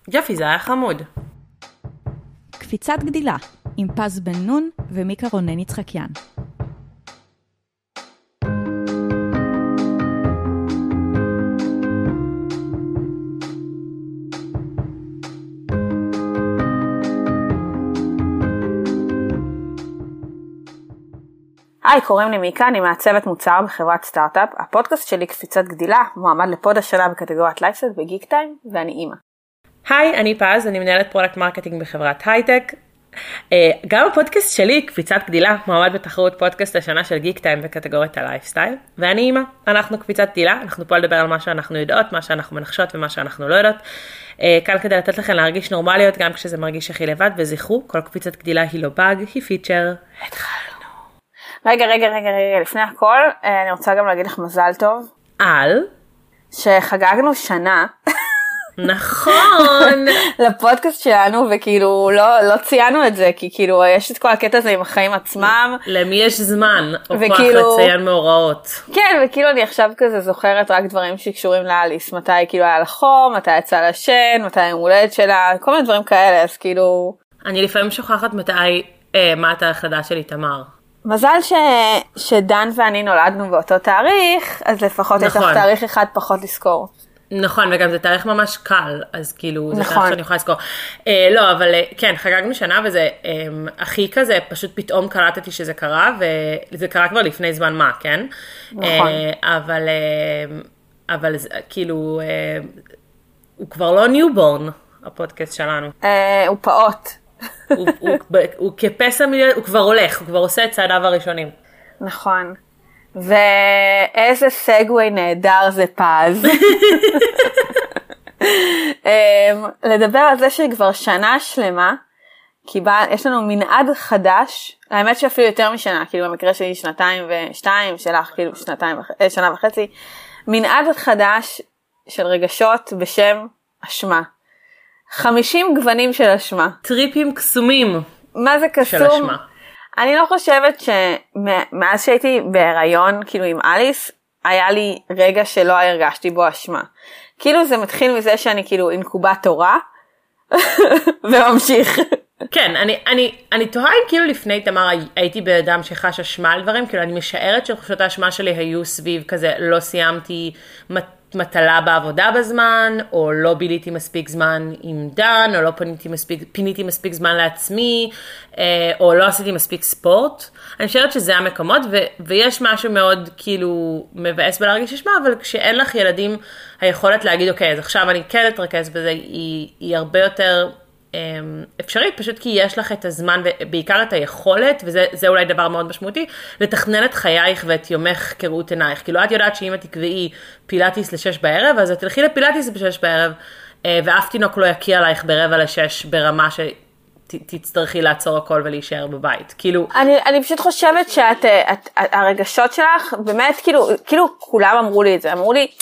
יופי, זה היה חמוד. קפיצת גדילה, עם פז בן נון ומיקה רונן יצחקיאן. היי, קוראים לי מיקה, אני מעצבת מוצר בחברת סטארט-אפ. הפודקאסט שלי קפיצת גדילה, מועמד לפוד השנה בקטגוריית לייפסט בגיק טיים, ואני אימא. היי, אני פז, אני מנהלת פרודקט מרקטינג בחברת הייטק. גם הפודקאסט שלי, קפיצת גדילה, מועמד בתחרות פודקאסט השנה של גיק טיים בקטגוריית הלייפסטייל, ואני אימא. אנחנו קפיצת גדילה, אנחנו פה לדבר על מה שאנחנו יודעות, מה שאנחנו מנחשות ומה שאנחנו לא יודעות. כאן כדי לתת לכם להרגיש נורמליות, גם כשזה מרגיש הכי לבד, וזכרו, כל קפיצת גדילה היא לא באג, היא פיצ'ר. התחלנו. רגע, לפני הכל, אני רוצה גם להגיד לך מזל טוב. על? שחגגנו שנה. נכון. לפודקאסט שלנו, וכאילו לא ציינו את זה, כי כאילו יש את כל הקטע הזה עם החיים עצמם. למי יש זמן, או כוח לציין מאורעות. כן, וכאילו אני עכשיו כזה זוכרת רק דברים שקשורים לאליס, מתי כאילו היה לחום, מתי יצא לשן, מתי היום הולדת שלה, כל מיני דברים כאלה, אז כאילו... אני לפעמים שוכחת מתי, מה התאריך לידה שלי, תמר. מזל שדן ואני נולדנו באותו תאריך, אז לפחות יש לך תאריך אחד פחות לזכור. נכון, וגם זה תאריך ממש קל, אז כאילו, זה תאריך שאני יכולה לזכור. לא, אבל כן, חגגנו שנה, וזה הכי כזה, פשוט פתאום קלטתי שזה קרה, וזה קרה כבר לפני זמן מה, כן? נכון. אבל כאילו, הוא כבר לא ניובורן, הפודקאסט שלנו. הוא פעוט. הוא כפסע מיליון, הוא כבר הולך, הוא כבר עושה את צעדיו הראשונים. נכון. ואיזה סגווי נהדר זה פז. לדבר על זה שכבר שנה שלמה, כי יש לנו מנעד חדש, האמת שאפילו יותר משנה, כאילו במקרה שלי 2 שלך כאילו שנה וחצי, מנעד חדש של רגשות בשם אשמה. 50 גוונים של אשמה. טריפים קסומים. מה זה קסום? של אשמה. אני לא חושבת שמאז שהייתי בהיריון, כאילו עם אליס, היה לי רגע שלא הרגשתי בו אשמה. כאילו זה מתחיל מזה שאני כאילו אינקובטורה, וממשיך. כן, אני תוהה אם כאילו לפני תמר הייתי באדם שחש אשמה על דברים, כאילו אני משערת שחושות האשמה שלי היו סביב כזה, לא סיימתי מטלה בעבודה בזמן, או לא ביליתי מספיק זמן עם דן, או לא פיניתי מספיק זמן לעצמי, או לא עשיתי מספיק ספורט. אני חושבת שזה המקומות, ויש משהו מאוד כאילו מבאס בלהרגיש אשמה, אבל כשאין לך ילדים, היכולת להגיד, אוקיי, אז עכשיו אני כן אתרכז בזה, היא הרבה יותר אפשרית, פשוט כי יש לך את הזמן, ובעיקר את היכולת, וזה אולי דבר מאוד משמעותי, לתכנן את חייך ואת יומך כראות עינייך. כאילו את יודעת שאם את תקבעי פילאטיס ל-6 בערב, אז את תלכי לפילאטיס ב-6 בערב, ואף תינוק לא יקיע עלייך ב-5:45 ברמה שתצטרכי לעצור הכל ולהישאר בבית. כאילו... אני פשוט חושבת שהרגשות שלך, באמת, כאילו כולם אמרו לי את זה, אמרו לי,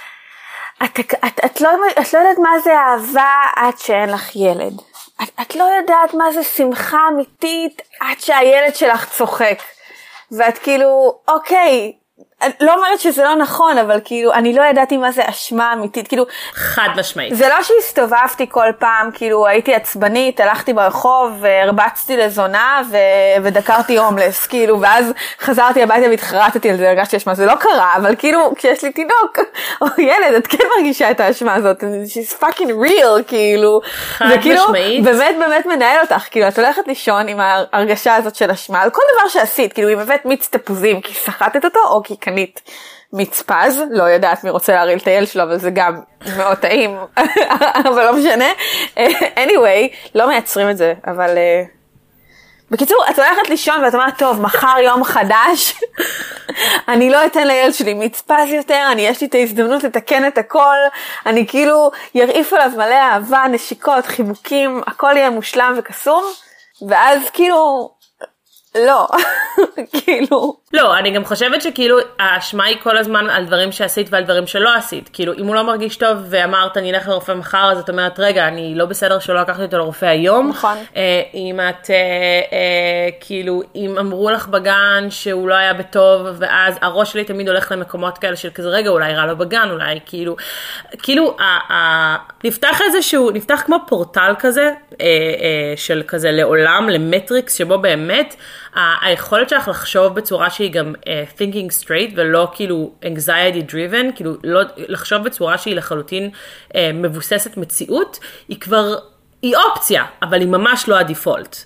את לא יודעת מה זה אהבה עד שאין לך ילד. את לא יודעת מה זה שמחה אמיתית עד שהילד שלך צוחק. ואת כאילו, אוקיי, אני לא אומרת שזה לא נכון, אבל כאילו, אני לא ידעתי מה זה אשמה אמיתית, כאילו... חד משמעית. זה לא שהסתובבתי כל פעם, כאילו, הייתי עצבנית, הלכתי ברחוב, הרבצתי לזונה, ודקרתי הומלס, כאילו, ואז חזרתי הביתה והתחרטתי על זה, הרגשתי אשמה, זה לא קרה, אבל כאילו, כשיש לי תינוק, או ילד, את כן מרגישה את האשמה הזאת, she's fucking real, כאילו. חד משמעית. באמת מנהל אותך, כאילו, את הולכת לישון עם ההרגשה הזאת של אשמה, על כל דבר שעשית, כאילו, אם הבאת מיץ תפוזים, כי שחטת אותו, או כי קנית מיץ פז, לא יודעת מי רוצה להרעיל את הילד שלו, אבל זה גם מאוד טעים, אבל לא משנה. anyway, לא מייצרים את זה, אבל... בקיצור, את הולכת לישון ואת אומרת, טוב, מחר יום חדש, אני לא אתן לילד שלי מיץ פז יותר, יש לי את ההזדמנות לתקן את הכל, אני כאילו ירעיף עליו מלא אהבה, נשיקות, חיבוקים, הכל יהיה מושלם וקסום, ואז כאילו... לא, כאילו. לא, אני גם חושבת שכאילו האשמה היא כל הזמן על דברים שעשית ועל דברים שלא עשית. כאילו, אם הוא לא מרגיש טוב ואמרת אני אלך לרופא מחר, אז את אומרת, רגע, אני לא בסדר שלא לקחתי אותו לרופא היום. נכון. אם את, כאילו, אם אמרו לך בגן שהוא לא היה בטוב, ואז הראש שלי תמיד הולך למקומות כאלה של כזה, רגע, אולי רע לו בגן, אולי כאילו, נפתח איזשהו, נפתח כמו פורטל כזה, של כזה לעולם, למטריקס, שבו באמת, היכולת שלך לחשוב בצורה שהיא גם thinking straight ולא כאילו anxiety driven, כאילו לא, לחשוב בצורה שהיא לחלוטין מבוססת מציאות, היא כבר, היא אופציה, אבל היא ממש לא הדיפולט.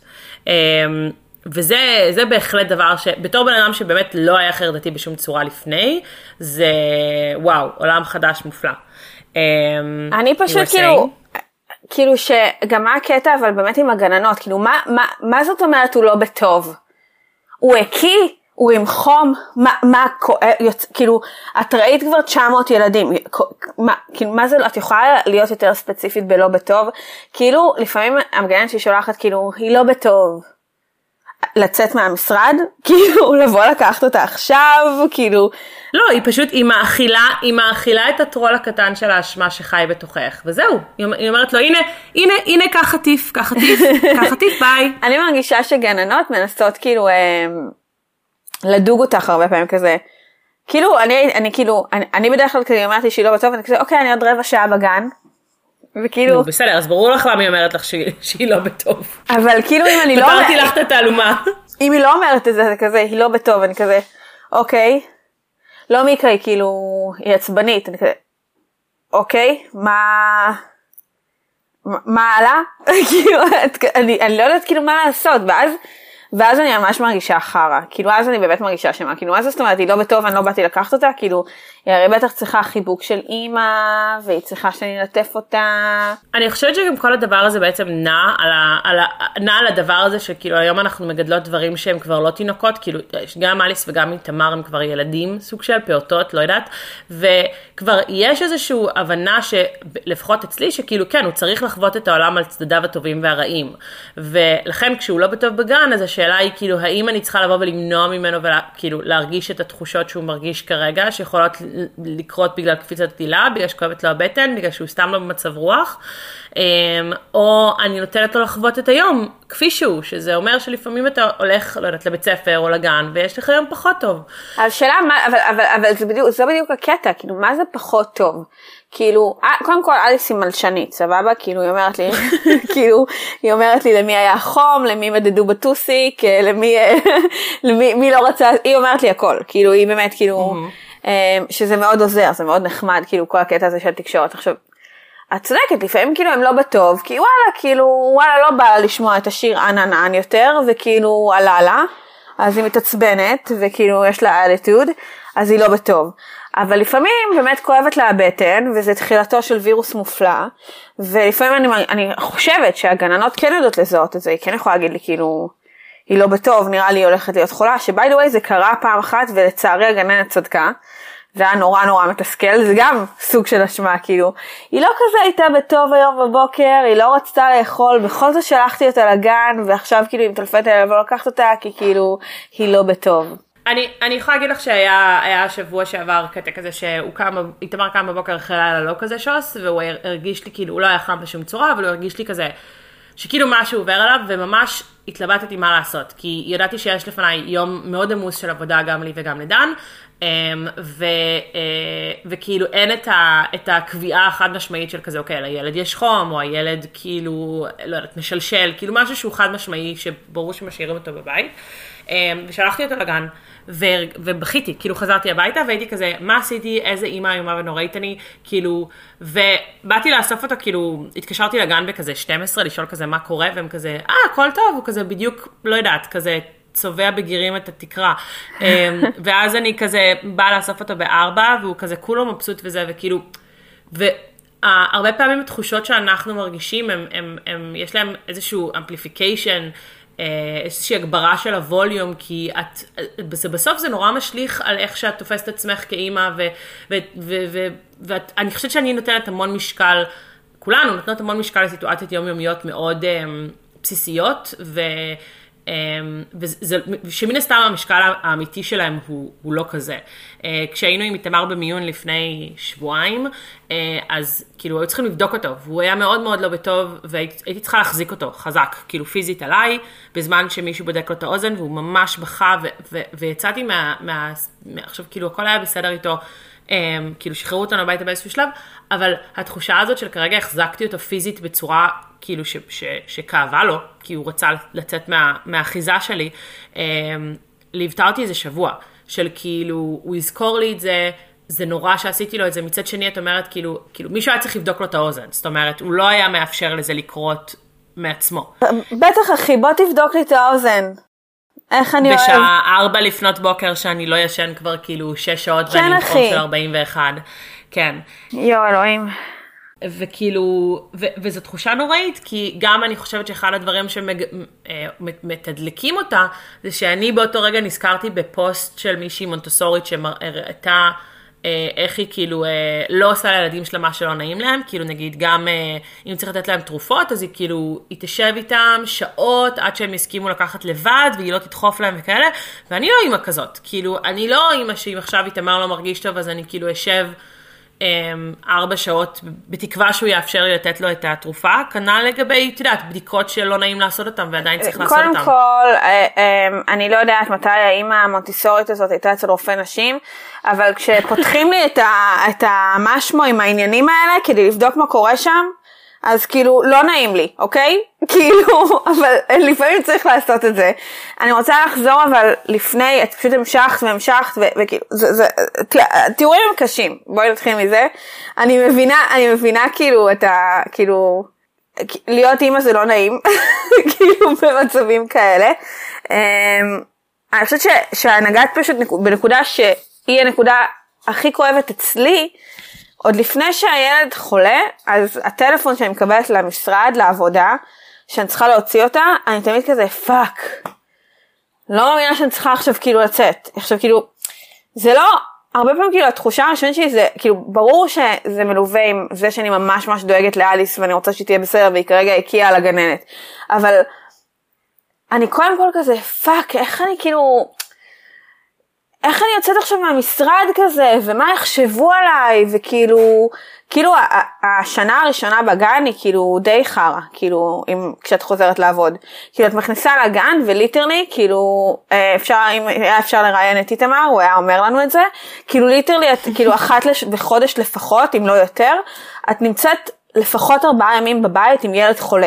וזה בהחלט דבר שבתור בן אדם שבאמת לא היה חרדתי בשום צורה לפני, זה וואו, עולם חדש מופלא. אני פשוט כאילו שגם מה הקטע אבל באמת עם הגננות, כאילו מה זאת אומרת הוא לא בטוב? הוא הקיא, הוא עם חום, כאילו, את ראית כבר 900 ילדים, כאילו, מה זה, את יכולה להיות יותר ספציפית בלא בטוב? כאילו, לפעמים המגננת שהיא שולחת, כאילו, היא לא בטוב. לצאת מהמשרד, כאילו, לבוא לקחת אותה עכשיו, כאילו. לא, היא פשוט, היא מאכילה את הטרול הקטן של האשמה שחי בתוכך, וזהו. היא אומרת לו, הנה, קח חטיף, ביי. אני מרגישה שגננות מנסות, כאילו, לדוג אותך הרבה פעמים כזה. כאילו, אני בדרך כלל כזה אומרת לי שהיא לא בטוב, אני כזה, אוקיי, אני עוד רבע שעה בגן. וכאילו... בסדר, אז ברור לך למה היא אומרת לך שהיא לא בטוב. אבל כאילו אם אני לא... פתרתי לך את התעלומה. אם היא לא אומרת את זה, זה כזה, היא לא בטוב, אני כזה, אוקיי. לא מקרה, כאילו, היא עצבנית, אני כזה, אוקיי, מה עלה? כאילו, אני לא יודעת כאילו מה לעשות, ואז אני ממש מרגישה חרה, כאילו אז אני באמת מרגישה שמה, כאילו אז זאת אומרת, היא לא בטוב, אני לא באתי לקחת אותה, כאילו, היא הרי בטח צריכה חיבוק של אימא, והיא צריכה שאני אלטף אותה. אני חושבת שגם כל הדבר הזה בעצם נע על הדבר הזה, שכאילו היום אנחנו מגדלות דברים שהם כבר לא תינוקות, כאילו גם אליס וגם תמר הם כבר ילדים, סוג של פעוטות, לא יודעת, וכבר יש איזושהי הבנה שלפחות אצלי, שכאילו כן, הוא צריך לחוות את העולם על צדדיו הטובים והרעים, ולכן כשהוא לא בטוב בגן, אז השאלה היא כאילו, האם אני צריכה לבוא ולמנוע ממנו וכאילו להרגיש את התחושות שהוא מרגיש כרגע, שיכולות לקרות בגלל קפיצת גדילה, בגלל שכואבת לו הבטן, בגלל שהוא סתם לא במצב רוח, או אני נותנת לו לחוות את היום כפי שהוא, שזה אומר שלפעמים אתה הולך, לא יודעת, לבית ספר או לגן, ויש לך יום פחות טוב. השאלה, אבל זה בדיוק הקטע, כאילו, מה זה פחות טוב? כאילו, קודם כל, אליס היא מלשנית, סבבה? כאילו, היא אומרת לי, כאילו, היא אומרת לי למי היה חום, למי מדדו בטוסיק, למי לא רצה, היא אומרת לי הכל, כאילו, היא באמת, כאילו, שזה מאוד עוזר, זה מאוד נחמד, כאילו, כל הקטע הזה של תקשורת. עכשיו, את צודקת, לפעמים כאילו הם לא בטוב, כי וואלה, לא בא לשמוע את השיר אנן יותר, וכאילו עלה לה, אז היא מתעצבנת, וכאילו יש לה אליטוד, אז היא לא בטוב. אבל לפעמים באמת כואבת לה הבטן, וזה תחילתו של וירוס מופלא, ולפעמים אני חושבת שהגננות כן יודעות לזהות את זה, היא כן יכולה להגיד לי כאילו, היא לא בטוב, נראה לי היא הולכת להיות חולה, שבי דה ווי זה קרה פעם אחת, ולצערי הגננת צדקה, זה היה נורא נורא מתסכל, זה גם סוג של אשמה, כאילו, היא לא כזה הייתה בטוב היום בבוקר, היא לא רצתה לאכול, בכל זאת שלחתי אותה לגן, ועכשיו כאילו היא מטלפנת אליה ולא לקחת אותה, כי כאילו, היא לא בטוב. אני יכולה להגיד לך שהיה שבוע שעבר קטע כזה איתמר קם בבוקר אחרי לילה לא כזה שוס, והוא הרגיש לי כאילו, הוא לא היה חם בשום צורה, אבל הוא הרגיש לי כזה, שכאילו משהו עובר עליו, וממש התלבטתי מה לעשות, כי ידעתי שיש לפניי יום מאוד עמוס של עבודה גם לי וגם לדן, וכאילו אין את הקביעה החד משמעית של כזה, אוקיי, לילד יש חום, או הילד כאילו, לא יודעת, משלשל, כאילו משהו שהוא חד משמעי, שברור שמשאירים אותו בבית, ושלחתי אותו לגן, ובכיתי, כאילו חזרתי הביתה, והייתי כזה, מה עשיתי, איזה אימא איומה ונוראית אני, כאילו, ובאתי לאסוף אותו, כאילו, התקשרתי לגן בכזה 12, לשאול כזה מה קורה, והם כזה, הכל טוב, הוא כזה בדיוק, לא יודעת, כזה, צובע בגירים את התקרה, ואז אני כזה באה לאסוף אותו ב4, והוא כזה כולו מבסוט וזה, וכאילו, והרבה פעמים התחושות שאנחנו מרגישים, יש להם איזשהו אמפליפיקיישן, איזושהי הגברה של הווליום, כי בסוף זה נורא משליך על איך שאת תופסת עצמך כאימא, ואני חושבת שאני נותנת המון משקל, כולנו נותנות המון משקל לסיטואציות יומיומיות מאוד בסיסיות, שמן הסתם המשקל האמיתי שלהם הוא לא כזה. כשהיינו עם איתמר במיון לפני שבועיים, אז כאילו היו צריכים לבדוק אותו, והוא היה מאוד מאוד לא בטוב, והייתי צריכה להחזיק אותו חזק, כאילו פיזית עליי, בזמן שמישהו בודק לו את האוזן, והוא ממש בכה, ויצאתי עכשיו כאילו הכל היה בסדר איתו, כאילו שחררו אותנו הביתה באיזשהו שלב, אבל התחושה הזאת של כרגע החזקתי אותו פיזית בצורה כאילו שכאבה לו, כי הוא רצה לצאת מהאחיזה שלי, ליוותה אותי איזה שבוע, של כאילו הוא יזכור לי את זה, זה נורא שעשיתי לו את זה, מצד שני את אומרת כאילו מישהו היה צריך לבדוק לו את האוזן, זאת אומרת הוא לא היה מאפשר לזה לקרות מעצמו. בטח אחי, בוא תבדוק לי את האוזן. איך אני אוהב? בשעה 4 לפנות בוקר שאני לא ישן כבר כאילו 6 שעות, כן, ואני חום של 41. כן. יו אלוהים. וכאילו, וזו תחושה נוראית, כי גם אני חושבת שאחד הדברים שמתדלקים אותה, זה שאני באותו רגע נזכרתי בפוסט של מישהי מונטסורית, שהראתה איך היא כאילו לא עושה לילדים שלה מה שלא נעים להם, כאילו נגיד גם אם צריך לתת להם תרופות, אז היא כאילו, היא תשב איתם שעות עד שהם יסכימו לקחת לבד, והיא לא תדחוף להם וכאלה, ואני לא אימא כזאת, כאילו אני לא אימא שאם עכשיו איתמר לא מרגיש טוב, אז אני כאילו אשב 4 שעות, בתקווה שהוא יאפשר לי לתת לו את התרופה, כנ"ל לגבי, תדעת, בדיקות שלא נעים לעשות אותם, ועדיין צריך לעשות אותם. קודם כל, אני לא יודעת מתי האמא המונטיסורית הזאת הייתה אצל רופא נשים, אבל כשפותחים לי את המשמו עם העניינים האלה, כדי לבדוק מה קורה שם, אז כאילו לא נעים לי, אוקיי? כאילו, אבל לפעמים צריך לעשות את זה. אני רוצה לחזור, אבל לפני, את פשוט המשכת וכאילו, תיאורים הם קשים, בואי נתחיל מזה. אני מבינה כאילו כאילו, להיות אימא זה לא נעים, כאילו במצבים כאלה. אני חושבת שהנגעת פשוט בנקודה שהיא הנקודה הכי כואבת אצלי, עוד לפני שהילד חולה, אז הטלפון שאני מקבלת למשרד, לעבודה, שאני צריכה להוציא אותה, אני תמיד כזה, פאק. לא מאמינה שאני צריכה עכשיו כאילו לצאת. עכשיו כאילו, זה לא, הרבה פעמים כאילו התחושה הראשונית שלי זה, כאילו ברור שזה מלווה עם זה שאני ממש ממש דואגת לאליס, ואני רוצה שהיא תהיה בסדר, והיא כרגע הקיעה על הגננת. אבל, אני קודם כל כזה, פאק, איך אני כאילו, איך אני יוצאת עכשיו מהמשרד כזה, ומה יחשבו עליי, וכאילו, השנה הראשונה בגן היא כאילו די חרה, כאילו, כשאת חוזרת לעבוד. כאילו, את מכניסה לגן, וליטרלי, כאילו, אם היה אפשר לראיין את איתמר, הוא היה אומר לנו את זה, כאילו, ליטרלי, את כאילו, אחת בחודש לפחות, אם לא יותר, את נמצאת לפחות 4 ימים בבית עם ילד חולה.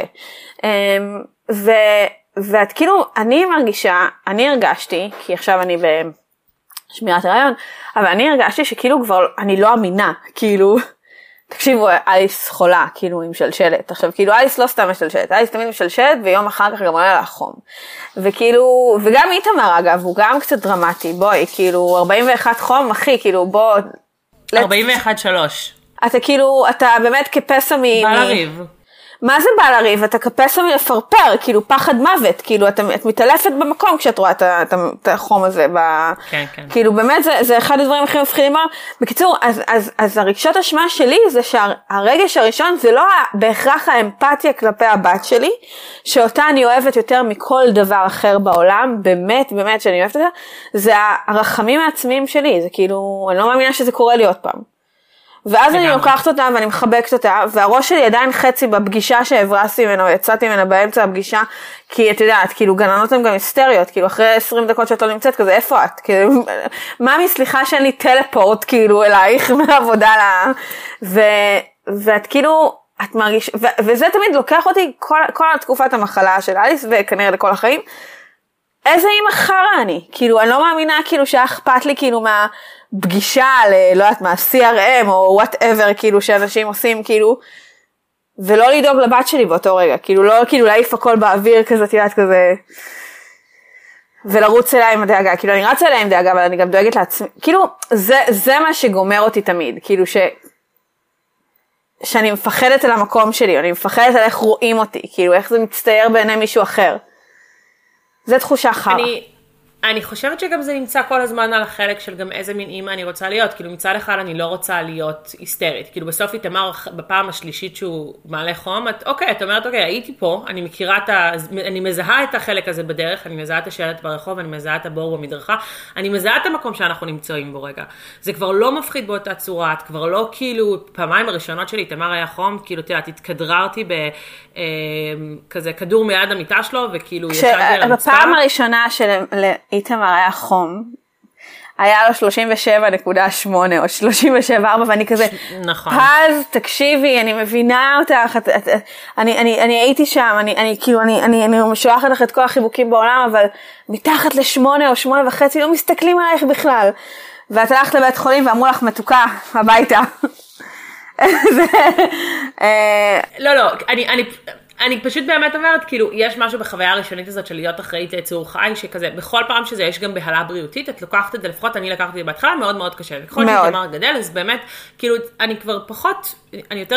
ואת כאילו, אני הרגשתי, כי עכשיו אני שמירת הרעיון, אבל אני הרגשתי שכאילו כבר, אני לא אמינה, כאילו, תקשיבו, אליס חולה, כאילו, עם שלשלת. עכשיו, כאילו, אליס לא סתם משלשלת, אליס תמיד משלשלת, ויום אחר כך גם עולה לה חום. וכאילו, וגם איתמר, אגב, הוא גם קצת דרמטי, בואי, כאילו, 41 חום, אחי, כאילו, בוא... 41-3. אתה כאילו, אתה באמת כפסע בא לריב. מה זה בא לריב? אתה כפסע מלפרפר, כאילו פחד מוות, כאילו את מתעלפת במקום כשאת רואה את החום הזה. כן, כן. כאילו באמת זה אחד הדברים הכי מפחידים. בקיצור, אז הרגשות אשמה שלי זה שהרגש הראשון זה לא בהכרח האמפתיה כלפי הבת שלי, שאותה אני אוהבת יותר מכל דבר אחר בעולם, באמת, באמת שאני אוהבת אותה, זה הרחמים העצמיים שלי, זה כאילו, אני לא מאמינה שזה קורה לי עוד פעם. ואז אני לוקחת אותה ואני מחבקת אותה, והראש שלי עדיין חצי בפגישה שהברסתי ממנו, יצאתי ממנה באמצע הפגישה, כי את יודעת, כאילו גננות הן גם היסטריות, כאילו אחרי 20 דקות שאת לא נמצאת, כזה איפה את? כאילו, ממי סליחה שאין לי טלפורט כאילו אלייך מהעבודה לה, ואת כאילו, את מרגיש, וזה תמיד לוקח אותי כל תקופת המחלה של אליס, וכנראה לכל החיים, איזה אימא חרה אני, כאילו אני לא מאמינה כאילו שהיה אכפת לי כאילו מהפגישה לא יודעת מה, CRM או whatever כאילו שאנשים עושים כאילו, ולא לדאוג לבת שלי באותו רגע, כאילו לא כאילו להעיף הכל באוויר כזה, תיאת כזה, ולרוץ אליה עם הדאגה, כאילו אני רצה אליה עם דאגה, אבל אני גם דואגת לעצמי, כאילו זה מה שגומר אותי תמיד, כאילו שאני מפחדת על המקום שלי, אני מפחדת על איך רואים אותי, כאילו איך זה מצטייר בעיני מישהו אחר. זה תחושה חרה. אני חושבת שגם זה נמצא כל הזמן על החלק של גם איזה מין אימא אני רוצה להיות, כאילו מצד אחד אני לא רוצה להיות היסטרית, כאילו בסוף איתמר בפעם השלישית שהוא מעלה חום, את אומרת, הייתי פה, אני מכירה אני מזהה את החלק הזה בדרך, אני מזהה את השלט ברחוב, אני מזהה את הבור במדרכה, אני מזהה את המקום שאנחנו נמצאים בו רגע. זה כבר לא מפחיד באותה צורה, את כבר לא כאילו, פעמיים הראשונות שלי, איתמר היה חום, כאילו התכדררתי בכזה כדור מיד המיטה שלו, וכאילו ישבתי על המצפה. בפעם הראשונה איתמר היה חום, היה לו 37.8 או 37.4 ואני כזה, נכון. פז, תקשיבי, אני מבינה אותך, אני הייתי שם, אני משולחת לך את כל החיבוקים בעולם, אבל מתחת ל8 או 8.5 לא מסתכלים עלייך בכלל. ואת הלכת לבית חולים ואמרו לך מתוקה, הביתה. לא, אני פשוט באמת אומרת, כאילו, יש משהו בחוויה הראשונית הזאת של להיות אחראית ליצור חי, שכזה, בכל פעם שזה יש גם בהלה בריאותית, את לוקחת את זה, לפחות אני לקחתי את זה בהתחלה, מאוד מאוד קשה. ככל שאיתמר גדל, אז באמת, כאילו, אני כבר פחות, אני יותר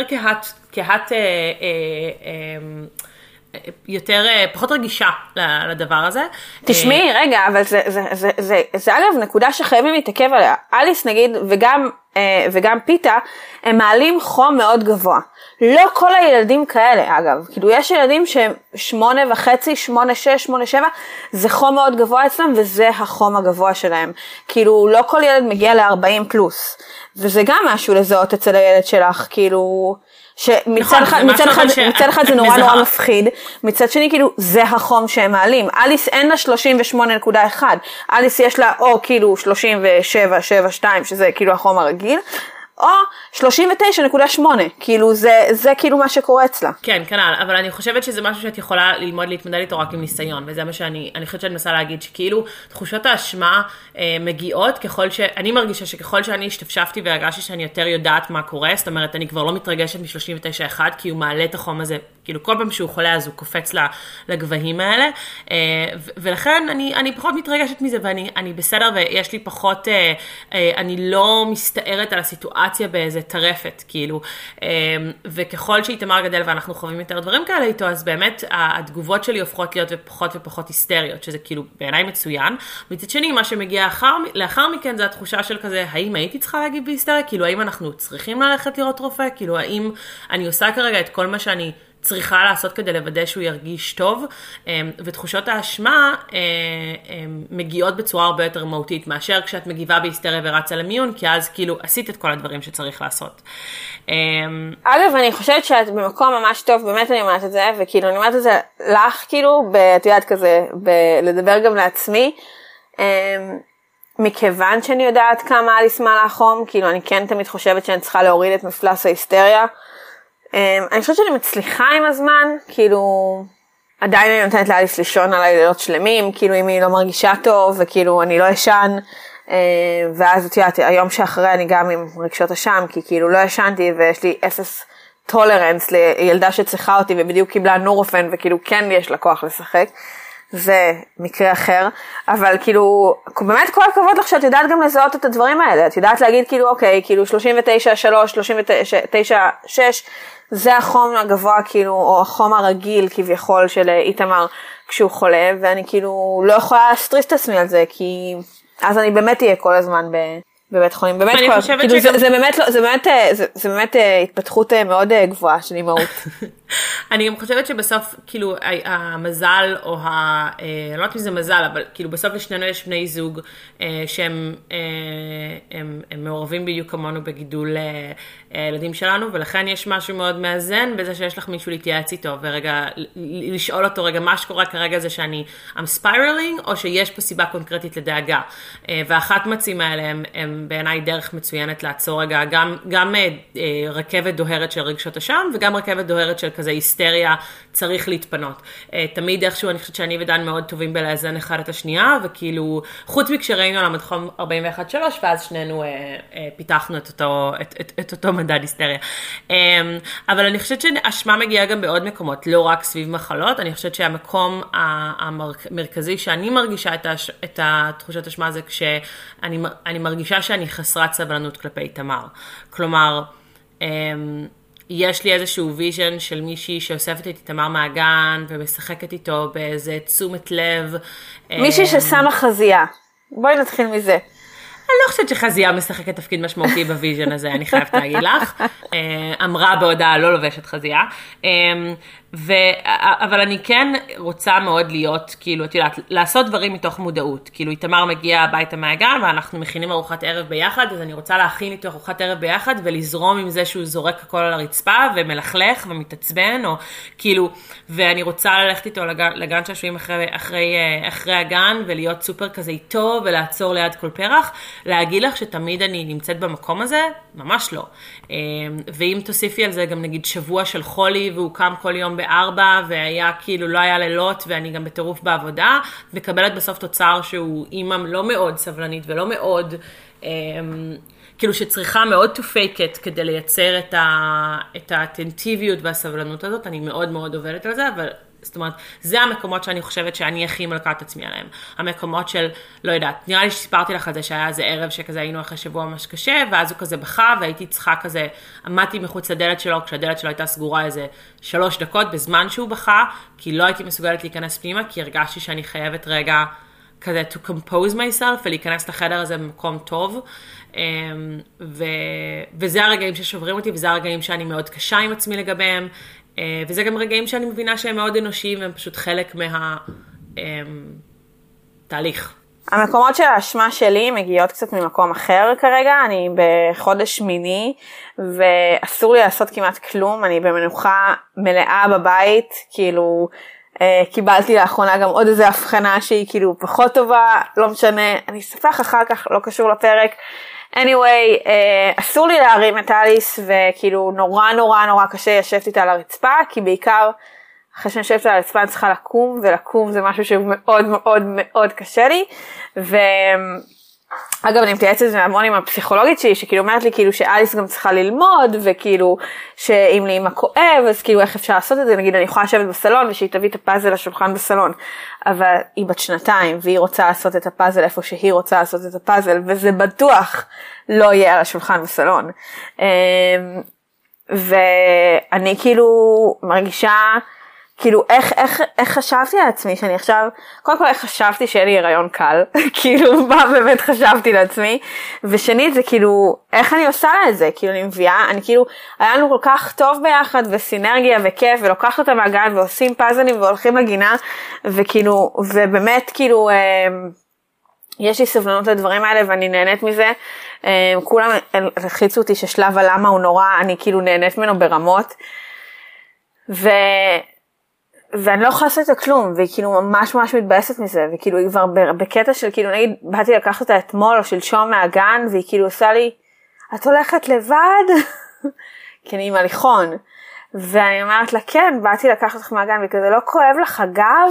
פחות רגישה לדבר הזה. תשמעי, רגע, אבל זה אגב נקודה שחייבים להתעכב עליה. אליס נגיד, וגם פיתה, הם מעלים חום מאוד גבוה. לא כל הילדים כאלה, אגב. כאילו, יש ילדים שהם 8.5, 8.6, 8.7, זה חום מאוד גבוה אצלם, וזה החום הגבוה שלהם. כאילו, לא כל ילד מגיע ל-40 פלוס. וזה גם משהו לזהות אצל הילד שלך, כאילו, שמצד אחד זה נורא נורא מפחיד, מצד שני כאילו זה החום שהם מעלים. אליס אין לה 38.1, אליס יש לה או כאילו 37.2 שזה כאילו החום הרגיל, או 39.8, כאילו זה כאילו מה שקורה אצלה. כן, כנ"ל, אבל אני חושבת שזה משהו שאת יכולה ללמוד להתמודד איתו רק עם ניסיון, וזה מה שאני חושבת שאני מנסה להגיד, שכאילו תחושות האשמה מגיעות אני מרגישה שככל שאני השתפשפתי והרגשתי שאני יותר יודעת מה קורה, זאת אומרת, אני כבר לא מתרגשת מ-39.1, כי הוא מעלה את החום הזה, כאילו כל פעם שהוא חולה אז הוא קופץ לגבהים האלה, ולכן אני פחות מתרגשת מזה, ואני בסדר, ויש לי פחות, אני לא מסתערת על הסיטואציה באיזה טרפת, כאילו, וככל שאיתמר גדל ואנחנו חווים יותר דברים כאלה איתו, אז באמת התגובות שלי הופכות להיות ופחות ופחות היסטריות, שזה כאילו בעיניי מצוין. מצד שני, מה שמגיע לאחר מכן זה התחושה של כזה, האם הייתי צריכה להגיב בהיסטריה? כאילו, האם אנחנו צריכים ללכת לראות רופא? כאילו, האם אני עושה כרגע את כל מה שאני צריכה לעשות כדי לוודא שהוא ירגיש טוב, ותחושות האשמה מגיעות בצורה הרבה יותר מהותית, מאשר כשאת מגיבה בהיסטריה ורצה למיון, כי אז כאילו עשית את כל הדברים שצריך לעשות. אגב, אני חושבת שאת במקום ממש טוב, באמת אני אומרת את זה, וכאילו אני אומרת את זה לך, כאילו, את יודעת כזה, לדבר גם לעצמי, מכיוון שאני יודעת כמה אליס מעלה החום, כאילו אני כן תמיד חושבת שאני צריכה להוריד את מפלס ההיסטריה, אני חושבת שאני מצליחה עם הזמן, כאילו, עדיין אני נותנת לאליס לישון עליי לילות שלמים, כאילו אם היא לא מרגישה טוב, וכאילו אני לא ישן, ואז את יודעת, היום שאחרי אני גם עם רגשות אשם, כי כאילו לא ישנתי, ויש לי אפס טולרנס לילדה שצריכה אותי, ובדיוק קיבלה נורופן, וכאילו כן יש לה כוח לשחק, זה מקרה אחר, אבל כאילו, באמת כל הכבוד לך שאת יודעת גם לזהות את הדברים האלה, את יודעת להגיד כאילו, אוקיי, כאילו 39.3, 39.6, זה החום הגבוה כאילו, או החום הרגיל כביכול של איתמר כשהוא חולה, ואני כאילו לא יכולה להסטריס את עצמי על זה, כי אז אני באמת אהיה כל הזמן בבית חולים, באמת כאילו זה באמת התפתחות מאוד גבוהה של אימהות. אני גם חושבת שבסוף, כאילו, המזל, או אני לא יודעת אם זה מזל, אבל כאילו בסוף לשנינו יש בני זוג, שהם מעורבים בדיוק כמונו בגידול הילדים שלנו, ולכן יש משהו מאוד מאזן, בזה שיש לך מישהו להתייעץ איתו, ורגע, לשאול אותו רגע, מה שקורה כרגע זה שאני I'm spiraling, או שיש פה סיבה קונקרטית לדאגה. ואחת מצים האלה הם בעיניי דרך מצוינת לעצור רגע, גם רכבת דוהרת של רגשות אשם, וגם רכבת דוהרת של כזה היסטריה צריך להתפנות. תמיד איכשהו אני חושבת שאני ודן מאוד טובים בלאזן אחד את השנייה, וכאילו, חוץ מכשראינו על המדחום 41.3, ואז שנינו פיתחנו את אותו מדד היסטריה. אבל אני חושבת שהאשמה מגיעה גם בעוד מקומות, לא רק סביב מחלות, אני חושבת שהמקום המרכזי שאני מרגישה את התחושת אשמה זה כשאני מרגישה שאני חסרת סבלנות כלפי תמר. כלומר, יש לי איזשהו ויז'ן של מישהי שאוספת את איתמר מהגן ומשחקת איתו באיזה תשומת לב. מישהי ששמה חזייה. בואי נתחיל מזה. אני לא חושבת שחזייה משחקת תפקיד משמעותי בוויז'ן הזה, אני חייבת להגיד לך. אמרה בהודעה לא לובשת חזייה. אבל אני כן רוצה מאוד להיות, כאילו, את יודעת, לעשות דברים מתוך מודעות. כאילו, איתמר מגיע הביתה מהגן, ואנחנו מכינים ארוחת ערב ביחד, אז אני רוצה להכין איתו ארוחת ערב ביחד, ולזרום עם זה שהוא זורק הכל על הרצפה, ומלכלך ומתעצבן, או כאילו, ואני רוצה ללכת איתו לגן שעשועים אחרי הגן, ולהיות סופר כזה איתו, ולעצור ליד כל פרח. להגיד לך שתמיד אני נמצאת במקום הזה, ממש לא. ואם תוסיפי על זה גם נגיד שבוע של חולי, והוא קם כל יום ב4, והיה כאילו לא היה לילות, ואני גם בטירוף בעבודה, מקבלת בסוף תוצר שהוא אימא לא מאוד סבלנית, ולא מאוד, כאילו שצריכה מאוד to fake it, כדי לייצר את האטנטיביות והסבלנות הזאת, אני מאוד מאוד עובדת על זה, אבל זאת אומרת, זה המקומות שאני חושבת שאני הכי מלכה את עצמי עליהם. המקומות של, לא יודעת, נראה לי שסיפרתי לך על זה שהיה איזה ערב שכזה היינו אחרי שבוע ממש קשה, ואז הוא כזה בכה, והייתי צריכה כזה, עמדתי מחוץ לדלת שלו, כשהדלת שלו הייתה סגורה איזה 3 דקות בזמן שהוא בכה, כי לא הייתי מסוגלת להיכנס פנימה, כי הרגשתי שאני חייבת רגע כזה to compose myself, ולהיכנס לחדר הזה במקום טוב, וזה הרגעים ששוברים אותי, וזה הרגעים שאני מאוד קשה עם עצמי לגביהם, וזה גם רגעים שאני מבינה שהם מאוד אנושיים, והם פשוט חלק מהתהליך. המקומות של האשמה שלי מגיעות קצת ממקום אחר כרגע, אני בחודש שמיני, ואסור לי לעשות כמעט כלום, אני במנוחה מלאה בבית, כאילו קיבלתי לאחרונה גם עוד איזו הבחנה שהיא כאילו פחות טובה, לא משנה, אני אספר אחר כך, לא קשור לפרק. anyway, אסור לי להרים את אליס, וכאילו נורא נורא נורא קשה ישבתי איתה על הרצפה, כי בעיקר אחרי שאני יושבת על הרצפה אני צריכה לקום, ולקום זה משהו שהוא מאוד מאוד מאוד קשה לי, אגב, אני מתייעצת את זה המון עם הפסיכולוגית שלי, שכאילו אומרת לי כאילו שאליס גם צריכה ללמוד, וכאילו שאם לאמא כואב, אז כאילו איך אפשר לעשות את זה, נגיד אני יכולה לשבת בסלון, ושהיא תביא את הפאזל לשולחן בסלון, אבל היא בת 2, והיא רוצה לעשות את הפאזל איפה שהיא רוצה לעשות את הפאזל, וזה בטוח לא יהיה על השולחן בסלון. ואני כאילו מרגישה, כאילו, איך חשבתי על עצמי, שאני עכשיו, קודם כל איך חשבתי שיהיה לי הריון קל, כאילו, מה באמת חשבתי לעצמי, ושנית זה כאילו, איך אני עושה לה את זה, כאילו, אני מביאה, אני כאילו, היה לנו כל כך טוב ביחד, וסינרגיה וכיף, ולוקחת אותה מהגן, ועושים פאזלים, והולכים לגינה, וכאילו, ובאמת, כאילו, יש לי סבלנות לדברים האלה, ואני נהנית מזה, כולם הלחיצו אותי ששלב הלמה הוא נורא, אני כאילו נהנית ממנו ברמות, ואני לא יכולה לעשות את כלום, והיא כאילו ממש ממש מתבאסת מזה, וכאילו היא כבר בקטע של כאילו נגיד, באתי לקחת אותה אתמול או שלשום מהגן, והיא כאילו עושה לי, את הולכת לבד? כי אני עם הליכון, ואני אומרת לה, כן, באתי לקחת אותך מהגן, וכזה לא כואב לך הגב,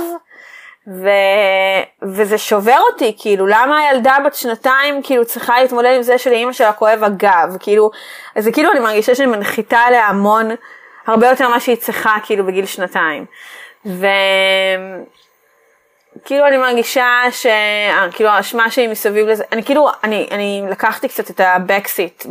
וזה שובר אותי, כאילו, למה הילדה בת 2 כאילו צריכה להתמודד עם זה שלאמא שלה כואב הגב, כאילו, אז זה כאילו אני מרגישה שאני מנחיתה עליה המון, הרבה יותר מה שהיא צריכה כאילו בגיל 2. וכאילו אני מרגישה שכאילו האשמה שהיא מסביב לזה, אני כאילו, אני לקחתי קצת את הבקסיט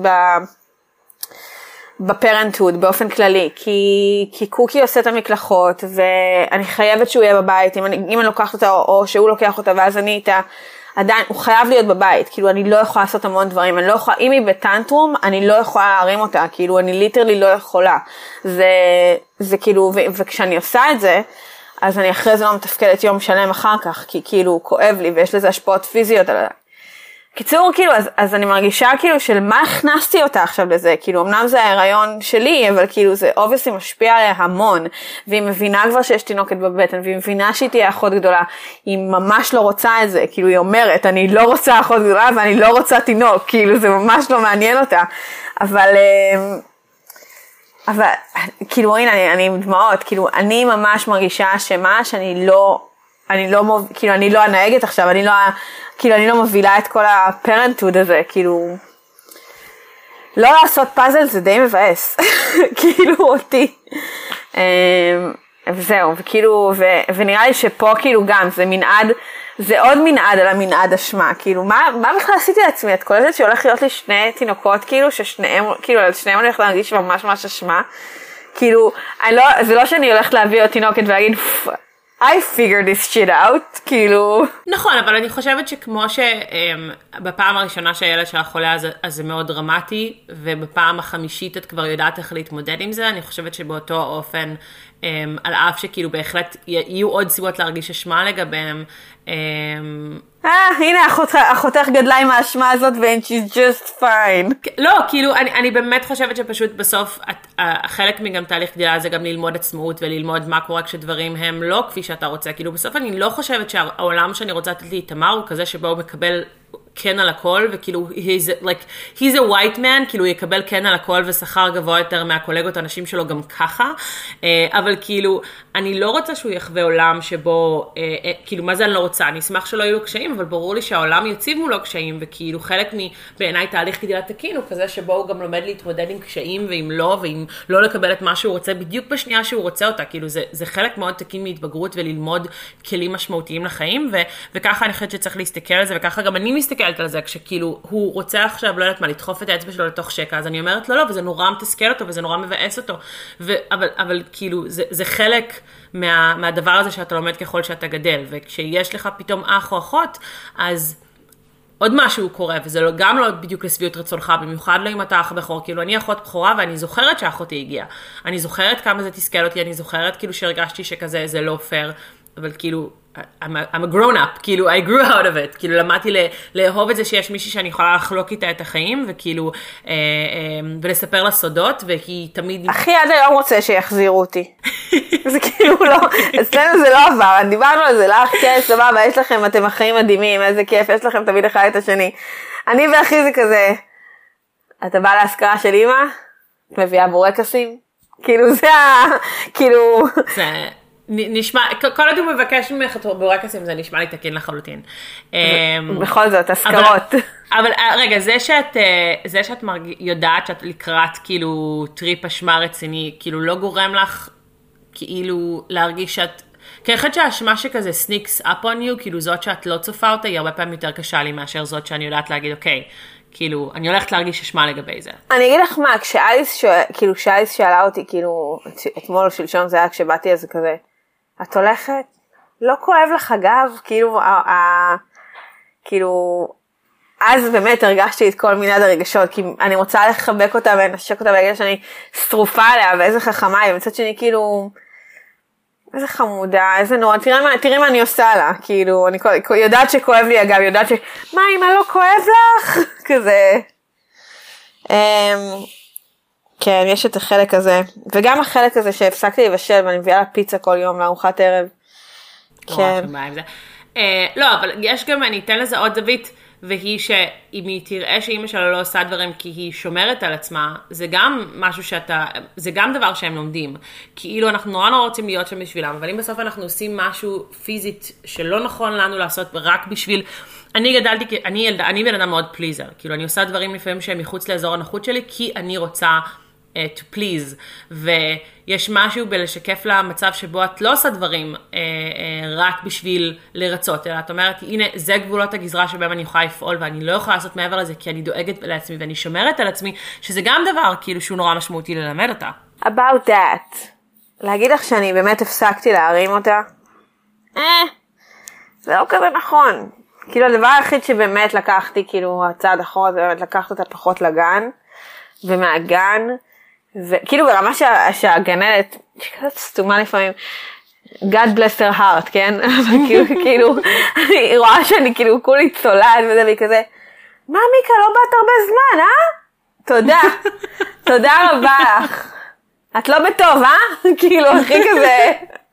בפרנטהוד באופן כללי, כי קוקי עושה את המקלחות, ואני חייבת שהוא יהיה בבית, אם אני לוקחת אותה או שהוא לוקח אותה ואז אני איתה, עדיין, הוא חייב להיות בבית, כאילו אני לא יכולה לעשות המון דברים, אני לא יכולה, אם היא בטנטרום, אני לא יכולה להרים אותה, כאילו אני ליטרלי לא יכולה, זה כאילו, וכשאני עושה את זה, אז אני אחרי זה לא מתפקדת יום שלם אחר כך, כי כאילו כואב לי, ויש לזה השפעות פיזיות עליי. קיצור, כאילו, אז אני מרגישה כאילו של מה הכנסתי אותה עכשיו לזה, כאילו, אמנם זה ההיריון שלי, אבל כאילו זה obviously משפיע עליה המון, והיא מבינה כבר שיש תינוקת בבטן, והיא מבינה שהיא תהיה אחות גדולה, היא ממש לא רוצה את זה, כאילו היא אומרת, אני לא רוצה אחות גדולה, ואני לא רוצה תינוק, כאילו זה ממש לא מעניין אותה, אבל כאילו, הנה, אני עם דמעות, כאילו, אני ממש מרגישה שאני לא הנהגת עכשיו, אני לא מובילה את כל הפרנטהוד הזה, כאילו, לא לעשות פאזל זה די מבאס, כאילו אותי. וזהו, וכאילו, ונראה לי שפה כאילו גם, זה מנעד, זה עוד מנעד על המנעד אשמה, כאילו, מה בכלל עשיתי לעצמי? את קולטת שהולך להיות לי שני תינוקות, כאילו, ששניהם, כאילו, על שניהם אני הולכת להרגיש ממש ממש אשמה, כאילו, זה לא שאני הולכת להביא עוד תינוקת ולהגיד, I figured this shit out, כאילו. נכון, אבל אני חושבת שכמו שבפעם הראשונה שהילד שלך חולה, אז זה מאוד דרמטי, ובפעם החמישית את כבר יודעת איך להתמודד עם זה, אני חושבת שבאותו אופן, על אף שכאילו בהחלט יהיו עוד סיבות להרגיש אשמה לגביהם. הנה אחותך גדלה עם האשמה הזאת, and she's just fine. לא, כאילו, אני באמת חושבת שפשוט בסוף, חלק מגם תהליך גדילה זה גם ללמוד עצמאות, וללמוד מה קורה כשדברים הם לא כפי שאתה רוצה. כאילו, בסוף אני לא חושבת שהעולם שאני רוצה לתת לי תמר, הוא כזה שבו הוא מקבל כן על הכל, וכאילו, he's a white man, כאילו, הוא יקבל כן על הכל, ושכר גבוה יותר מהקולגות, האנשים שלו גם ככה, אבל כאילו, אני לא רוצה שהוא יחווה עולם שבו, כאילו, מה זה אני לא רוצה? אני אשמח שלא יהיו לו קשיים, אבל ברור לי שהעולם יציב מולו קשיים, וכאילו, חלק בעיניי תהליך גדילת תקין, הוא כזה שבו הוא גם לומד להתמודד עם קשיים, ועם לא לקבל את מה שהוא רוצה, בדיוק בשנייה שהוא רוצה אותה, כאילו, זה חלק מאוד תקין מהתבגרות, וללמוד כלים משמעותיים לחיים, וככה אני חושבת שצריך להסתכל על זה, וככה גם אני מסתכלת על זה, כשכאילו הוא רוצה עכשיו, לא יודעת מה, לדחוף את האצבע שלו לתוך שקע, אז אני אומרת לא, וזה נורא מתסכל אותו, וזה נורא מבאס אותו, אבל כאילו, זה חלק מהדבר הזה שאתה לומד ככל שאתה גדל, וכשיש לך פתאום אח או אחות, אז עוד משהו קורה, וזה גם לא בדיוק לשביעות רצונך, במיוחד לא אם אתה אח בכור, כאילו אני אחות בכורה, ואני זוכרת שאחותי הגיעה, אני זוכרת כמה זה תסכל אותי, אני זוכרת כאילו שהרגשתי שכזה זה לא פייר, אבל כאילו, I'm a grown up, כאילו, I grew out of it, כאילו, למדתי לאהוב את זה שיש מישהי שאני יכולה לחלוק איתה את החיים, וכאילו, ולספר לה סודות, והיא תמיד... אחי עד היום רוצה שיחזירו אותי. זה כאילו לא, אצלנו זה לא עבר, דיברנו על זה, לך, כן, סבבה, יש לכם, אתם החיים מדהימים, איזה כיף, יש לכם תמיד אחד את השני. אני ואחי זה כזה, אתה בא להשכרה של אמא, מביאה בורקסים, כאילו, זה כאילו... נשמע, כל עוד הוא מבקש ממך בורקסים, זה נשמע לי תקין לחלוטין. בכל זאת, הזכרות. אבל רגע, זה שאת יודעת שאת לקראת כאילו טריפ אשמה רציני, כאילו לא גורם לך כאילו להרגיש שאת, כי אני חושבת שהאשמה שכזה sneaks up on you, כאילו זאת שאת לא צופה אותה, היא הרבה פעמים יותר קשה לי מאשר זאת שאני יודעת להגיד, אוקיי, כאילו, אני הולכת להרגיש אשמה לגבי זה. אני אגיד לך מה, כשאליס שאלה אותי, כאילו, אתמול או שלשום זה היה כשבאתי איזה כזה, את הולכת? לא כואב לך אגב? כאילו, אז באמת הרגשתי את כל מנעד הרגשות, כי אני רוצה לחבק אותה ולנשק אותה ולהגיד שאני שרופה עליה, ואיזה חכמה היא, ומצד שני כאילו, איזה חמודה, איזה נורא, תראי מה אני עושה לה, כאילו, אני יודעת שכואב לי אגב, יודעת מה, אמא לא כואב לך? כזה. כן, יש את החלק הזה, וגם החלק הזה שהפסקתי לבשל, ואני מביאה לה פיצה כל יום לארוחת ערב. כן. לא, אבל יש גם, אני אתן לזה עוד זווית, והיא שאם היא תראה שאמא שלה לא עושה דברים כי היא שומרת על עצמה, זה גם משהו זה גם דבר שהם לומדים. כאילו אנחנו נורא רוצים להיות שם בשבילם, אבל אם בסוף אנחנו עושים משהו פיזית שלא נכון לנו לעשות רק בשביל, אני בן אדם מאוד פליזר, כאילו אני עושה דברים לפעמים שהם מחוץ לאזור הנוחות שלי, כי אני רוצה to please, ויש משהו בלשקף למצב שבו את לא עושה דברים רק בשביל לרצות, אלא את אומרת, הנה, זה גבולות הגזרה שבהם אני יכולה לפעול, ואני לא יכולה לעשות מעבר לזה, כי אני דואגת לעצמי, ואני שומרת על עצמי, שזה גם דבר כאילו שהוא נורא משמעותי ללמד אותה. About that, להגיד לך שאני באמת הפסקתי להרים אותה, זה לא כזה נכון. כאילו הדבר היחיד שבאמת לקחתי, כאילו הצעד אחורה, זה באמת לקחת אותה פחות לגן, ומהגן, וכאילו ברמה שהגננת, שכזאת סתומה לפעמים, God bless her heart, כן? אבל כאילו, אני רואה שאני כאילו כולי צולעת וזה, והיא כזה, מה מיקה, לא באת הרבה זמן, תודה, תודה רבה לך. את לא בטוב, כאילו, הכי כזה.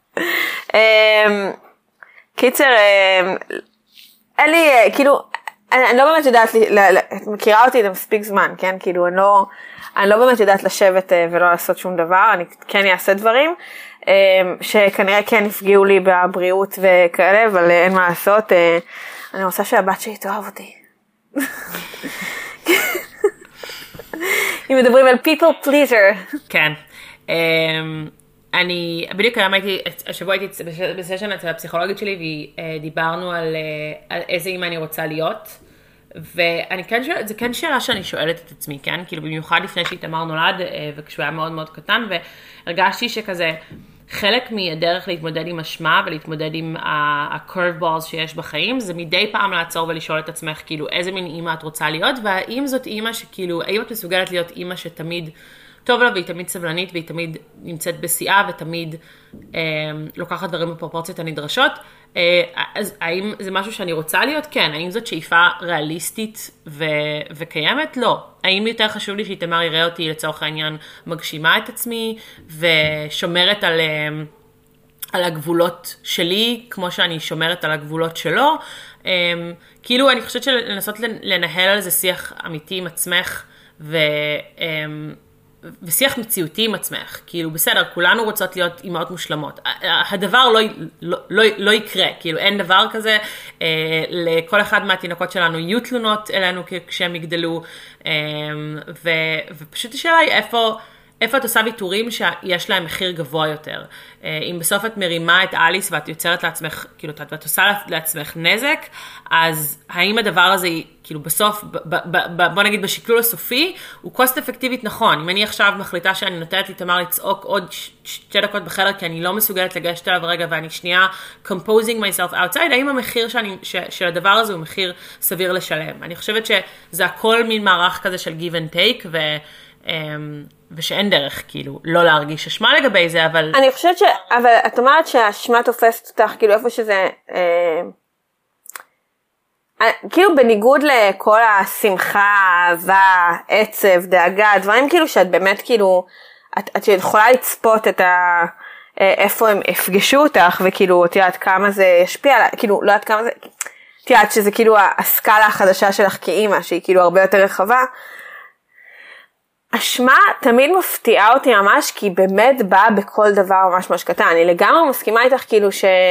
קיצר, אין לי, כאילו, אני לא באמת יודעת, את מכירה אותי מספיק זמן, כן? כאילו, אני לא באמת יודעת לשבת ולא לעשות שום דבר, אני כן אעשה דברים, שכנראה כן יפגיעו לי בבריאות וכאלה, אבל אין מה לעשות, אני רוצה שהבת שלי תאהב אותי. אם מדברים על people pleaser. כן. אני, בדיוק היום השבוע הייתי בסשן אצל הפסיכולוגית שלי, ודיברנו על איזה אימא אני רוצה להיות, ואני כן שואלת, זה כן שאלה שאני שואלת את עצמי, כן? כאילו במיוחד לפני שאיתמר נולד, וכשהוא היה מאוד מאוד קטן, והרגשתי שכזה, חלק מהדרך להתמודד עם אשמה ולהתמודד עם ה-curve balls שיש בחיים, זה מדי פעם לעצור ולשאול את עצמך, כאילו, איזה מין אימא את רוצה להיות, והאם זאת אימא שכאילו, האם את מסוגלת להיות אימא שתמיד טוב לה, והיא תמיד סבלנית, והיא תמיד נמצאת בשיאה, ותמיד לוקחת דברים בפרופורציות הנדרשות. אז האם זה משהו שאני רוצה להיות? כן. האם זאת שאיפה ריאליסטית וקיימת? לא. האם יותר חשוב לי שאיתמר יראה אותי לצורך העניין מגשימה את עצמי, ושומרת על הגבולות שלי, כמו שאני שומרת על הגבולות שלו? כאילו אני חושבת שלנסות לנהל על זה שיח אמיתי עם עצמך, ושיח מציאותי עם עצמך, כאילו בסדר, כולנו רוצות להיות אימהות מושלמות, הדבר לא יקרה, כאילו אין דבר כזה, לכל אחד מהתינוקות שלנו יהיו תלונות אלינו כשהם יגדלו, ופשוט השאלה היא איפה את עושה ויתורים שיש להם מחיר גבוה יותר. אם בסוף את מרימה את אליס ואת יוצרת לעצמך, כאילו, ואת עושה לעצמך נזק, אז האם הדבר הזה, כאילו בסוף, בוא נגיד בשקלול הסופי, הוא קוסט אפקטיבית נכון. אם אני עכשיו מחליטה שאני נותנת איתמר לצעוק עוד 2 דקות בחדר, כי אני לא מסוגלת לגשת אליו רגע, ואני שנייה composing myself outside, האם המחיר של הדבר הזה הוא מחיר סביר לשלם? אני חושבת שזה הכל מין מערך כזה של give and take, ושאין דרך, כאילו, לא להרגיש אשמה לגבי זה, אבל... אני חושבת אבל את אומרת שהאשמה תופסת אותך, כאילו, איפה שזה... כאילו, בניגוד לכל השמחה, אהבה, עצב, דאגה, דברים כאילו שאת באמת, כאילו, את יכולה לצפות את איפה הם הפגשו אותך, וכאילו, את יודעת כמה זה ישפיע עליי, כאילו, לא יודעת כמה זה... את יודעת שזה כאילו הסקאלה החדשה שלך כאימא, שהיא כאילו הרבה יותר רחבה, אשמה תמיד מפתיעה אותי ממש, כי היא באמת באה בכל דבר ממש ממש קטן. אני לגמרי מסכימה איתך כאילו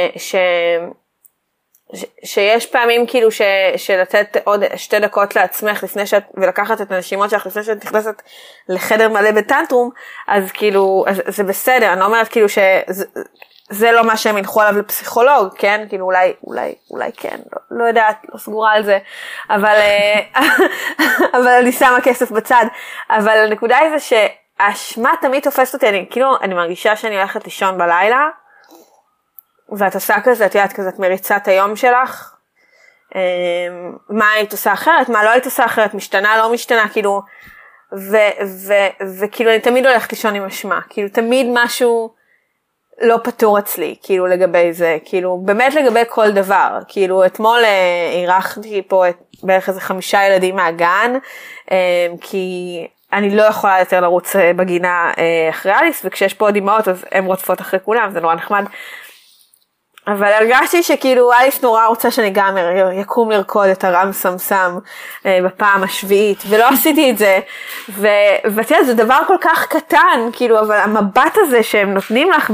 שיש פעמים כאילו שלתת עוד 2 דקות לעצמך לפני ולקחת את הנשימות שלך לפני שאת נכנסת לחדר מלא בטנטרום, אז כאילו, זה בסדר, אני לא אומרת כאילו זה לא מה שהם ילכו עליו לפסיכולוג, כן? כאילו אולי כן, לא יודעת, לא סגורה על זה, אבל אני שמה כסף בצד. אבל הנקודה היא זה שהאשמה תמיד תופסת אותי, אני מרגישה שאני הולכת לישון בלילה, ואת עושה כזה, את יודעת, כזה, את מריצה את היום שלך, מה היית עושה אחרת, מה לא היית עושה אחרת, משתנה, לא משתנה, כאילו, וכאילו אני תמיד הולכת לישון עם אשמה, כאילו תמיד משהו לא פתור אצלי, כאילו לגבי זה, כאילו באמת לגבי כל דבר, כאילו אתמול אירחתי פה בערך איזה 5 ילדים מהגן, כי אני לא יכולה יותר לרוץ בגינה אחרי אליס, וכשיש פה עוד אמהות אז הן רודפות אחרי כולם, זה נורא נחמד, אבל הרגשתי שכאילו אליס נורא רוצה שאני גם יקום לרקוד את הרם סמסם בפעם השביעית, ולא עשיתי את זה, ואת יודעת, זה דבר כל כך קטן, כאילו, אבל המבט הזה שהם נותנים לך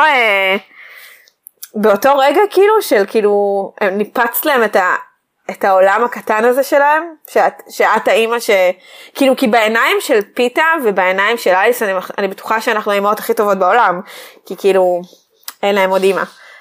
באותו רגע, כאילו, של כאילו, ניפצת להם את העולם הקטן הזה שלהם, שאת האימא כאילו, כי בעיניים של פיתה ובעיניים של אליס, אני בטוחה שאנחנו האימהות הכי טובות בעולם, כי כאילו, אין להם עוד אימא.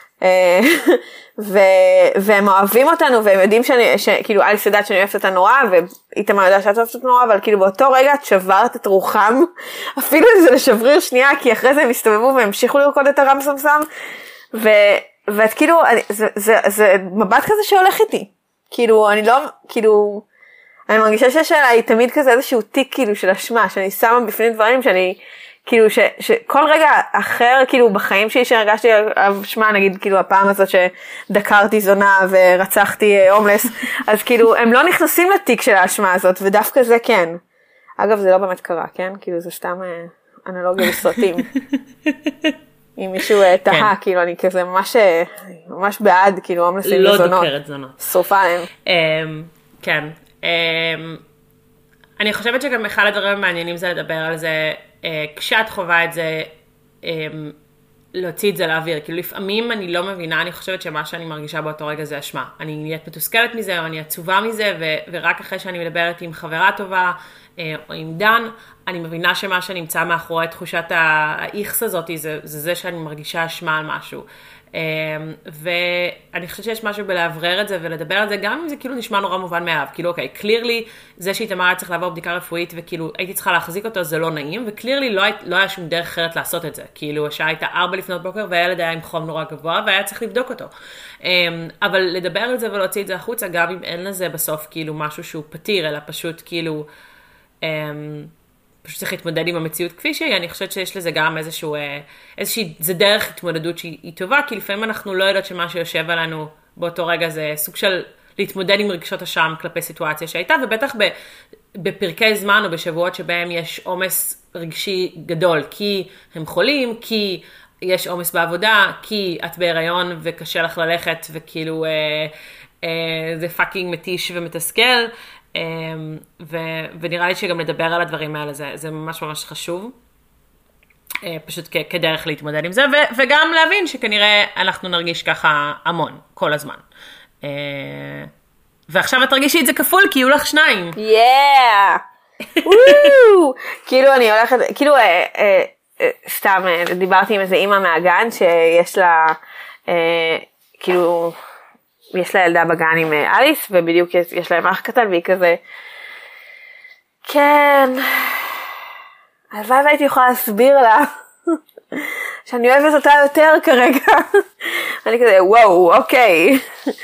והם אוהבים אותנו, והם יודעים שכאילו אליס יודעת שאני אוהבת אותה נורא, ואיתמר יודעת שאת אוהבת אותה נורא, אבל כאילו באותו רגע את שברת את רוחם, אפילו זה לשבריר שנייה, כי אחרי זה הם הסתובבו והמשיכו לרקוד את הרם סמסם, ואת כאילו, זה מבט כזה שהולך איתי, כאילו אני לא, כאילו, אני מרגישה שיש עליי תמיד כזה איזשהו תיק כאילו של אשמה, שאני שמה בפנים דברים שאני, כאילו שכל רגע אחר כאילו בחיים שלי שהרגשתי אשמה, נגיד כאילו הפעם הזאת שדקרתי זונה ורצחתי הומלס, אז כאילו הם לא נכנסים לתיק של האשמה הזאת, ודווקא זה כן. אגב זה לא באמת קרה, כן? כאילו זה סתם אנלוגיה בסרטים. אם מישהו תהה, כאילו אני כזה ממש בעד כאילו הומלסים וזונות. לא דוקרת זונות. שרופה עליהם. כן. אני חושבת שגם אחד הדברים המעניינים זה לדבר על זה, כשאת חווה את זה, להוציא את זה לאוויר, כאילו לפעמים אני לא מבינה, אני חושבת שמה שאני מרגישה באותו רגע זה אשמה. אני נהיית מתוסכלת מזה, או אני עצובה מזה, ורק אחרי שאני מדברת עם חברה טובה, או עם דן, אני מבינה שמה שנמצא מאחורי תחושת האיכס הזאת, זה שאני מרגישה אשמה על משהו. ואני חושבת שיש משהו בלהברר את זה ולדבר על זה, גם אם זה כאילו נשמע נורא מובן מאליו, כאילו אוקיי, קלירלי זה שאיתמר היה צריך לעבור בדיקה רפואית וכאילו הייתי צריכה להחזיק אותו, זה לא נעים, וקלירלי לא היה שום דרך אחרת לעשות את זה, כאילו השעה הייתה 4 לפנות בוקר והילד היה עם חום נורא גבוה והיה צריך לבדוק אותו, אבל לדבר על זה ולהוציא את זה החוצה, גם אם אין לזה בסוף כאילו משהו שהוא פתיר, אלא פשוט כאילו פשוט צריך להתמודד עם המציאות כפי שהיא, אני חושבת שיש לזה גם איזושהי, זה דרך התמודדות שהיא טובה, כי לפעמים אנחנו לא יודעות שמה שיושב עלינו באותו רגע זה סוג של להתמודד עם רגשות השם כלפי סיטואציה שהייתה, ובטח בפרקי זמן או בשבועות שבהם יש עומס רגשי גדול, כי הם חולים, כי יש עומס בעבודה, כי את בהיריון וקשה לך ללכת, וכאילו זה פאקינג מתיש ומתסכל, ונראה לי שגם לדבר על הדברים האלה זה ממש ממש חשוב, פשוט כדרך להתמודד עם זה, וגם להבין שכנראה אנחנו נרגיש ככה המון כל הזמן, ועכשיו את תרגישי את זה כפול כי יהיו לך 2. כאילו אני הולכת, כאילו סתם דיברתי עם איזה אימא מהגן שיש לה כאילו יש לה ילדה בגן עם אליס, ובדיוק יש להם אח קטן, והיא כזה, כן, הלוואי והייתי יכולה להסביר לה, שאני אוהבת אותה יותר כרגע. אני כזה, וואו, אוקיי,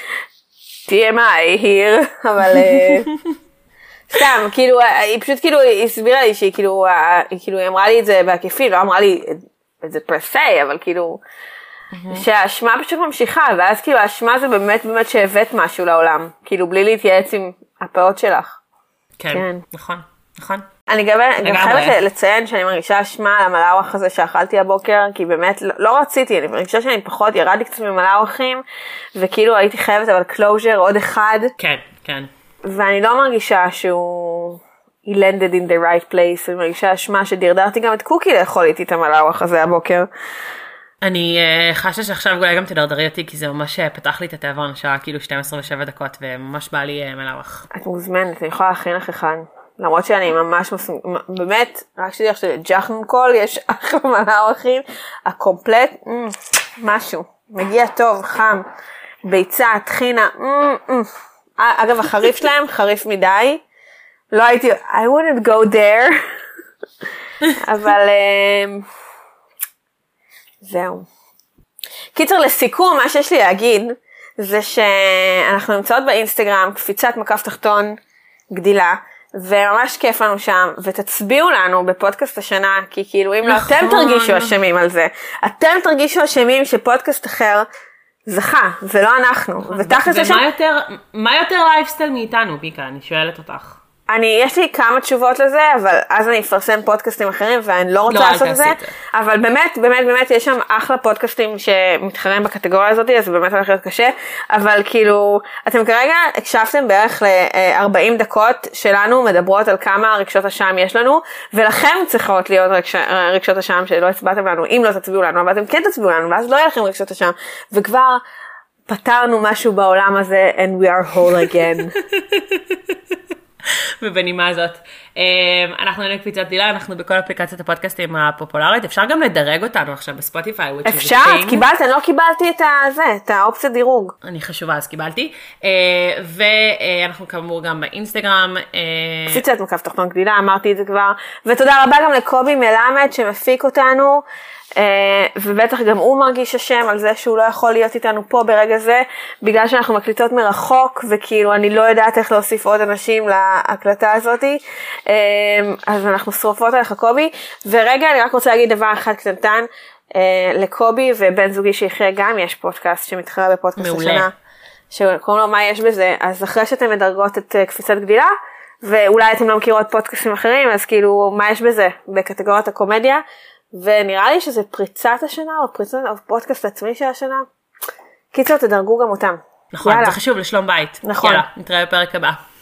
TMI here, אבל סתם, כאילו, היא פשוט כאילו הסבירה לי שהיא כאילו, היא אמרה לי את זה בעקיפין, לא אמרה לי את זה פרסי, אבל כאילו, שהאשמה פשוט ממשיכה, ואז כאילו האשמה זה באמת באמת שהבאת משהו לעולם, כאילו בלי להתייעץ עם הפעות שלך. כן, נכון, נכון. אני גם חייבת לציין שאני מרגישה אשמה על המלאווח הזה שאכלתי הבוקר, כי באמת לא רציתי, אני מרגישה שאני פחות, ירדתי קצת ממלאווחים, וכאילו הייתי חייבת אבל קלוז'ר עוד אחד. כן, כן. ואני לא מרגישה שהוא he landed in the right place, אני מרגישה אשמה שדרדרתי גם את קוקי לאכול איתי את המלאווח הזה הבוקר. אני חשה שעכשיו אולי גם תדרדרי אותי, כי זה ממש פתח לי את התיאבון, השעה כאילו 12 ו7 דקות, וממש בא לי מלאווח. את מוזמנת, אני יכולה להכין לך אחד. למרות שאני ממש, באמת, רק שתדעי לך שג'חנון קול, יש אחלה מלאווחים, הקומפלט, משהו, מגיע טוב, חם, ביצה, טחינה, אגב, החריף שלהם, חריף מדי, לא הייתי, I wouldn't go there, אבל זהו. קיצר, לסיכום, מה שיש לי להגיד, זה שאנחנו נמצאות באינסטגרם, קפיצת מקף תחתון גדילה, וממש כיף לנו שם, ותצביעו לנו בפודקאסט השנה, כי כאילו אם לא אתם תרגישו אשמים על זה, אתם תרגישו אשמים שפודקאסט אחר זכה, ולא אנחנו. ומה יותר לייפסטייל מאיתנו, ביקה? אני שואלת אותך. יש לי כמה תשובות לזה, אבל אז אני אפרסם פודקאסטים אחרים, ואני לא רוצה לעשות את זה. אבל באמת, באמת, באמת, יש שם אחלה פודקאסטים שמתחרים בקטגוריה הזאת, אז זה באמת הולך להיות קשה. אבל כאילו, אתם כרגע הקשבתם בערך ל-40 דקות שלנו, מדברות על כמה רגשות השם יש לנו, ולכם צריכות להיות רגשות השם שלא הצבעתם לנו, אם לא תצביעו לנו, אבל אתם כן תצביעו לנו, ואז לא יהיה לכם רגשות השם. וכבר פתרנו משהו בעולם הזה, and we are whole again. ובנימה הזאת, אנחנו נהיה קפיצת גדילה, אנחנו בכל אפליקציות הפודקאסטים הפופולרית, אפשר גם לדרג אותנו עכשיו בספוטיפיי. אפשר, קיבלת, אני לא קיבלתי את האופציה דירוג. אני חשובה, אז קיבלתי, ואנחנו כאמור גם באינסטגרם. קפיצת מקף תחתון גדילה, אמרתי את זה כבר, ותודה רבה גם לקובי מלמד שמפיק אותנו, ובטח גם הוא מרגיש אשם על זה שהוא לא יכול להיות איתנו פה ברגע זה, בגלל שאנחנו מקליטות מרחוק, וכאילו אני לא יודעת איך להוסיף עוד אנשים להקלטה הזאת, אז אנחנו שרופות עליך קובי. ורגע אני רק רוצה להגיד דבר אחד קטנטן, לקובי ובן זוגי שיחיה גם יש פודקאסט שמתחרה בפודקאסט השנה, שקוראים לו מה יש בזה, אז אחרי שאתם מדרגות את קפיצת גדילה, ואולי אתם לא מכירות פודקאסטים אחרים, אז כאילו מה יש בזה בקטגוריית הקומדיה, ונראה לי שזה פריצת השנה, או פודקאסט עצמי של השנה. קיצור, תדרגו גם אותם. נכון, זה חשוב לשלום בית. נכון. יאללה, נתראה בפרק הבא.